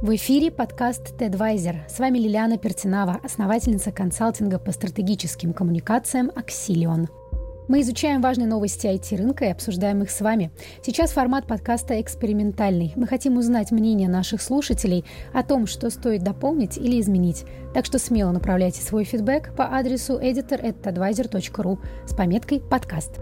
В эфире подкаст TEDvisor. С вами Лилиана Пертинава, основательница консалтинга по стратегическим коммуникациям Axelion. Мы изучаем важные новости IT-рынка и обсуждаем их с вами. Сейчас формат подкаста экспериментальный. Мы хотим узнать мнение наших слушателей о том, что стоит дополнить или изменить. Так что смело направляйте свой фидбэк по адресу editor@tedvisor.ru с пометкой «Подкаст».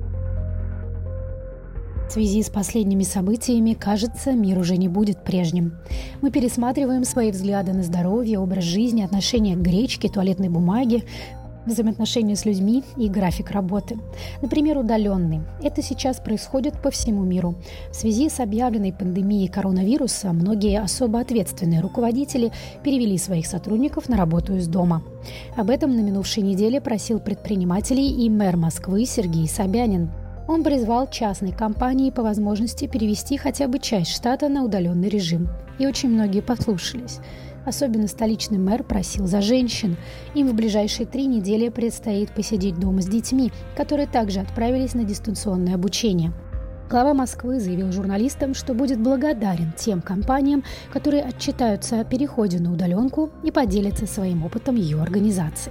В связи с последними событиями, кажется, мир уже не будет прежним. Мы пересматриваем свои взгляды на здоровье, образ жизни, отношение к гречке, туалетной бумаге, взаимоотношения с людьми и график работы. Например, удаленный. Это сейчас происходит по всему миру. В связи с объявленной пандемией коронавируса многие особо ответственные руководители перевели своих сотрудников на работу из дома. Об этом на минувшей неделе просил предпринимателей и мэр Москвы Сергей Собянин. Он призвал частные компании по возможности перевести хотя бы часть штата на удаленный режим. И очень многие послушались. Особенно столичный мэр просил за женщин. Им в ближайшие 3 недели предстоит посидеть дома с детьми, которые также отправились на дистанционное обучение. Глава Москвы заявил журналистам, что будет благодарен тем компаниям, которые отчитаются о переходе на удаленку и поделятся своим опытом ее организации.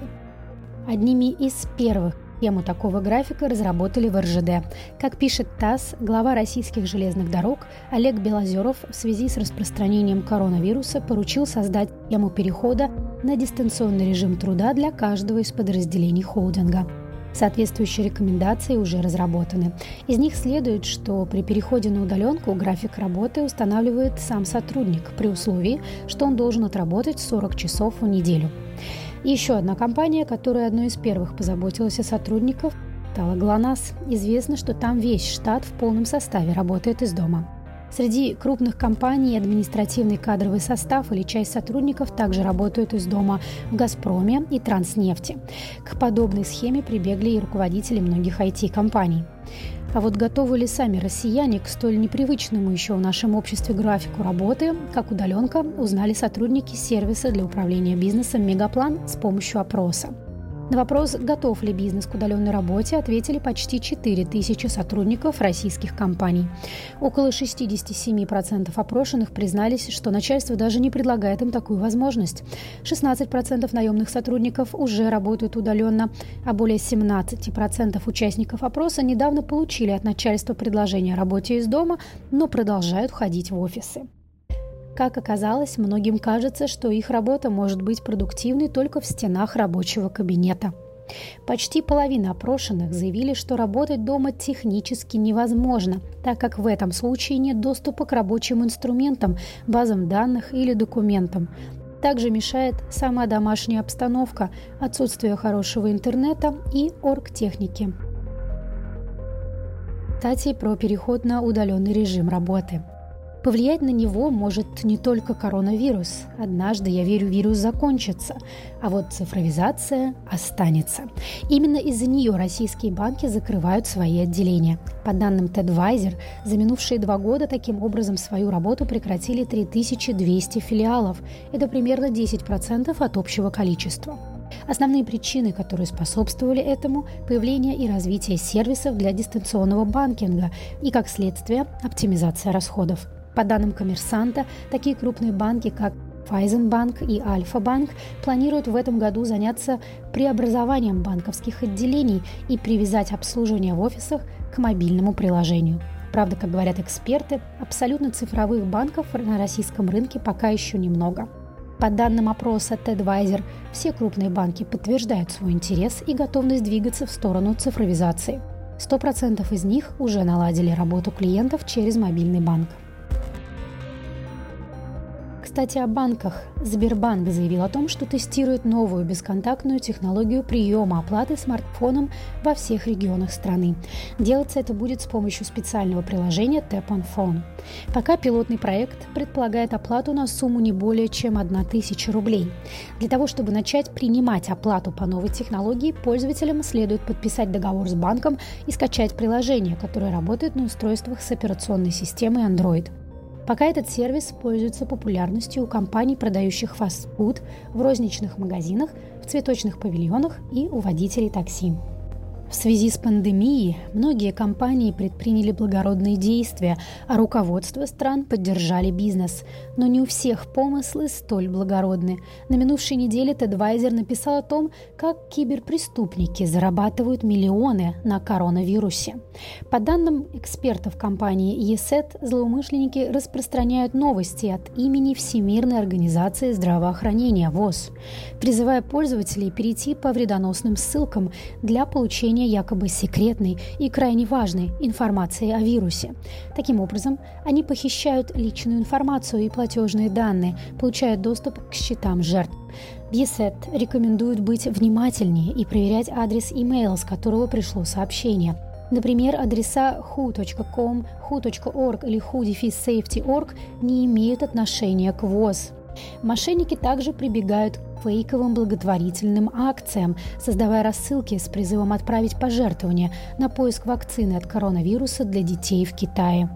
Одними из первых схему такого графика разработали в РЖД. Как пишет ТАСС, глава российских железных дорог Олег Белозеров в связи с распространением коронавируса поручил создать схему перехода на дистанционный режим труда для каждого из подразделений холдинга. Соответствующие рекомендации уже разработаны. Из них следует, что при переходе на удаленку график работы устанавливает сам сотрудник при условии, что он должен отработать 40 часов в неделю. И еще одна компания, которая одной из первых позаботилась о сотрудниках, стала ГЛОНАСС. Известно, что там весь штат в полном составе работает из дома. Среди крупных компаний административный кадровый состав или часть сотрудников также работают из дома в «Газпроме» и «Транснефти». К подобной схеме прибегли и руководители многих IT-компаний. А вот готовы ли сами россияне к столь непривычному еще в нашем обществе графику работы, как удаленка, узнали сотрудники сервиса для управления бизнесом «Мегаплан» с помощью опроса. На вопрос, готов ли бизнес к удаленной работе, ответили почти 4000 сотрудников российских компаний. Около 67% опрошенных признались, что начальство даже не предлагает им такую возможность. 16% наемных сотрудников уже работают удаленно, а более 17% участников опроса недавно получили от начальства предложение о работе из дома, но продолжают ходить в офисы. Как оказалось, многим кажется, что их работа может быть продуктивной только в стенах рабочего кабинета. Почти половина опрошенных заявили, что работать дома технически невозможно, так как в этом случае нет доступа к рабочим инструментам, базам данных или документам. Также мешает сама домашняя обстановка, отсутствие хорошего интернета и оргтехники. Кстати, про переход на удаленный режим работы. Повлиять на него может не только коронавирус. Однажды, я верю, вирус закончится, а вот цифровизация останется. Именно из-за нее российские банки закрывают свои отделения. По данным TEDvisor, за минувшие 2 года таким образом свою работу прекратили 3200 филиалов. Это примерно 10% от общего количества. Основные причины, которые способствовали этому – появление и развитие сервисов для дистанционного банкинга и, как следствие, оптимизация расходов. По данным «Коммерсанта», такие крупные банки, как Райффайзенбанк и Альфа-банк, планируют в этом году заняться преобразованием банковских отделений и привязать обслуживание в офисах к мобильному приложению. Правда, как говорят эксперты, абсолютно цифровых банков на российском рынке пока еще немного. По данным опроса TEDvisor, все крупные банки подтверждают свой интерес и готовность двигаться в сторону цифровизации. 100% из них уже наладили работу клиентов через мобильный банк. Кстати, о банках. Сбербанк заявил о том, что тестирует новую бесконтактную технологию приема оплаты смартфоном во всех регионах страны. Делаться это будет с помощью специального приложения Tap on Phone. Пока пилотный проект предполагает оплату на сумму не более чем 1000 рублей. Для того, чтобы начать принимать оплату по новой технологии, пользователям следует подписать договор с банком и скачать приложение, которое работает на устройствах с операционной системой Android. Пока этот сервис пользуется популярностью у компаний, продающих фастфуд, в розничных магазинах, в цветочных павильонах и у водителей такси. В связи с пандемией многие компании предприняли благородные действия, а руководство стран поддержали бизнес. Но не у всех помыслы столь благородны. На минувшей неделе TEDvisor написал о том, как киберпреступники зарабатывают миллионы на коронавирусе. По данным экспертов компании ESET, злоумышленники распространяют новости от имени Всемирной организации здравоохранения ВОЗ, призывая пользователей перейти по вредоносным ссылкам для получения якобы секретной и крайне важной информации о вирусе. Таким образом, они похищают личную информацию и платежные данные, получая доступ к счетам жертв. В ESET рекомендуют быть внимательнее и проверять адрес имейла, с которого пришло сообщение. Например, адреса who.com, who.org или who-safety.org не имеют отношения к ВОЗ. Мошенники также прибегают к фейковым благотворительным акциям, создавая рассылки с призывом отправить пожертвования на поиск вакцины от коронавируса для детей в Китае.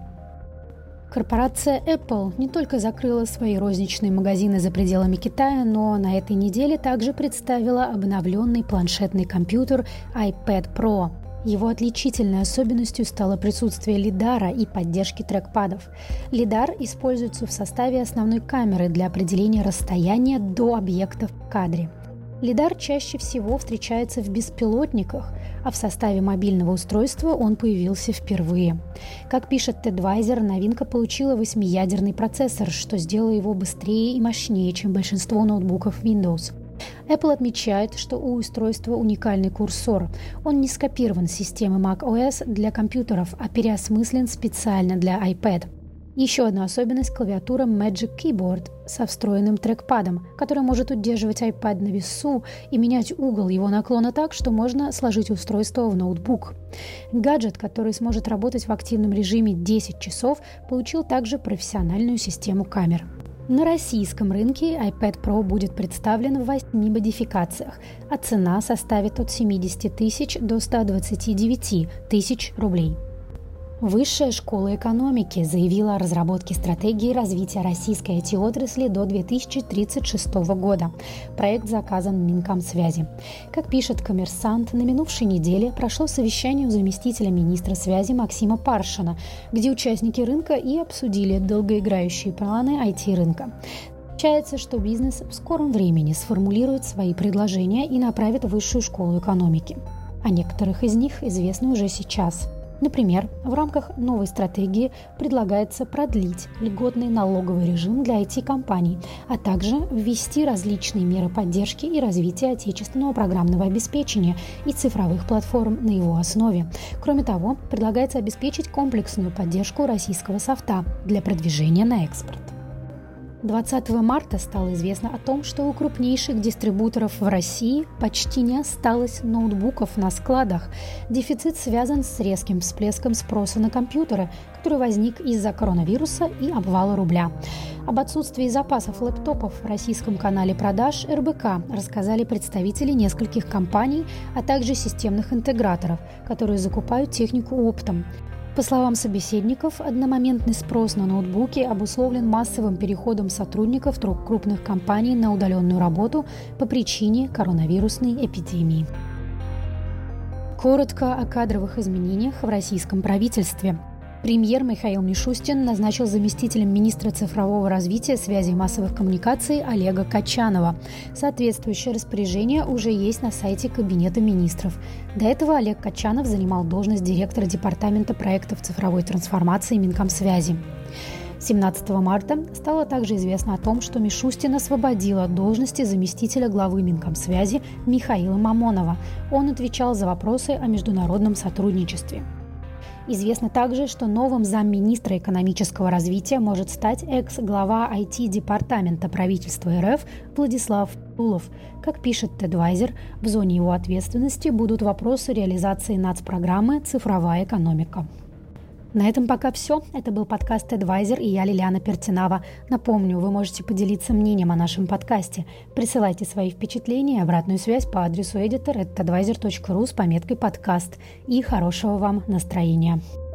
Корпорация Apple не только закрыла свои розничные магазины за пределами Китая, но на этой неделе также представила обновленный планшетный компьютер iPad Pro. Его отличительной особенностью стало присутствие лидара и поддержки трекпадов. Лидар используется в составе основной камеры для определения расстояния до объектов в кадре. Лидар чаще всего встречается в беспилотниках, а в составе мобильного устройства он появился впервые. Как пишет TEDvisor, новинка получила 8-ядерный процессор, что сделало его быстрее и мощнее, чем большинство ноутбуков Windows. Apple отмечает, что у устройства уникальный курсор. Он не скопирован с системы macOS для компьютеров, а переосмыслен специально для iPad. Еще одна особенность – клавиатура Magic Keyboard со встроенным трекпадом, который может удерживать iPad на весу и менять угол его наклона так, что можно сложить устройство в ноутбук. Гаджет, который сможет работать в активном режиме 10 часов, получил также профессиональную систему камер. На российском рынке iPad Pro будет представлен в 8 модификациях, а цена составит от 70 тысяч до 129 тысяч рублей. Высшая школа экономики заявила о разработке стратегии развития российской IT-отрасли до 2036 года. Проект заказан Минкомсвязи. Как пишет «Коммерсант», на минувшей неделе прошло совещание у заместителя министра связи Максима Паршина, где участники рынка и обсудили долгоиграющие планы IT-рынка. Получается, что бизнес в скором времени сформулирует свои предложения и направит в высшую школу экономики. О некоторых из них известно уже сейчас. Например, в рамках новой стратегии предлагается продлить льготный налоговый режим для IT-компаний, а также ввести различные меры поддержки и развития отечественного программного обеспечения и цифровых платформ на его основе. Кроме того, предлагается обеспечить комплексную поддержку российского софта для продвижения на экспорт. 20 марта стало известно о том, что у крупнейших дистрибуторов в России почти не осталось ноутбуков на складах. Дефицит связан с резким всплеском спроса на компьютеры, который возник из-за коронавируса и обвала рубля. Об отсутствии запасов лэптопов в российском канале продаж РБК рассказали представители нескольких компаний, а также системных интеграторов, которые закупают технику оптом. По словам собеседников, одномоментный спрос на ноутбуки обусловлен массовым переходом сотрудников крупных компаний на удаленную работу по причине коронавирусной эпидемии. Коротко о кадровых изменениях в российском правительстве. Премьер Михаил Мишустин назначил заместителем министра цифрового развития, связи и массовых коммуникаций Олега Качанова. Соответствующее распоряжение уже есть на сайте Кабинета министров. До этого Олег Качанов занимал должность директора департамента проектов цифровой трансформации Минкомсвязи. 17 марта стало также известно о том, что Мишустин освободил от должности заместителя главы Минкомсвязи Михаила Мамонова. Он отвечал за вопросы о международном сотрудничестве. Известно также, что новым замминистра экономического развития может стать экс-глава IT-департамента правительства РФ Владислав Тулов. Как пишет TEDvisor, в зоне его ответственности будут вопросы реализации нацпрограммы «Цифровая экономика». На этом пока все. Это был подкаст TEDvisor и я, Лилиана Пертинава. Напомню, вы можете поделиться мнением о нашем подкасте. Присылайте свои впечатления и обратную связь по адресу editor@tedvisor.ru с пометкой «Подкаст». И хорошего вам настроения.